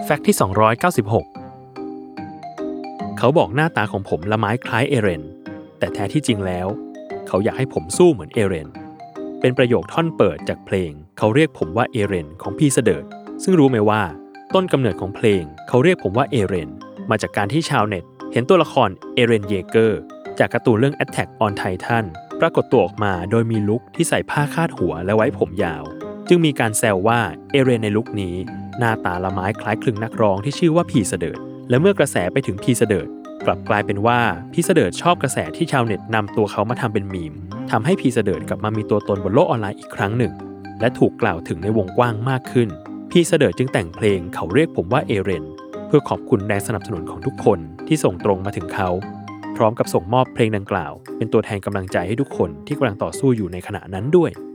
ฟกต์ที่296เขาบอกหน้าตาของผมละไม้คล้ายเอเรนแต่แท้ที่จริงแล้วเขาอยากให้ผมสู้เหมือนเอเรนเป็นประโยคท่อนเปิดจากเพลงเขาเรียกผมว่าเอเรนของพีเสเดิร์ดซึ่งรู้ไหมว่าต้นกำเนิดของเพลงเขาเรียกผมว่าเอเรนมาจากการที่ชาวเน็ตเห็นตัวละครเอเรนเยเกอร์จากการ์ตูนเรื่อง Attack on Titan ปรากฏตัวออกมาโดยมีลุคที่ใส่ผ้าคาดหัวและไว้ผมยาวจึงมีการแซวว่าเอเรนในลุคนี้หน้าตาละไม้คล้ายคลึงนักร้องที่ชื่อว่าพีเสเดิร์ดและเมื่อกระแสไปถึงพีเสเดิร์ดกลับกลายเป็นว่าพีเสเดิร์ดชอบกระแสที่ชาวเน็ตนำตัวเขามาทำเป็นมีมทำให้พีเสเดิร์ดกลับมามีตัวตนบนโลกออนไลน์อีกครั้งหนึ่งและถูกกล่าวถึงในวงกว้างมากขึ้นพีเสเดิร์ดจึงแต่งเพลงเขาเรียกผมว่าเอเรนเพื่อขอบคุณแรงสนับสนุนของทุกคนที่ส่งตรงมาถึงเขาพร้อมกับส่งมอบเพลงดังกล่าวเป็นตัวแทนกำลังใจให้ทุกคนที่กำลังต่อสู้อยู่ในขณะนั้นด้วย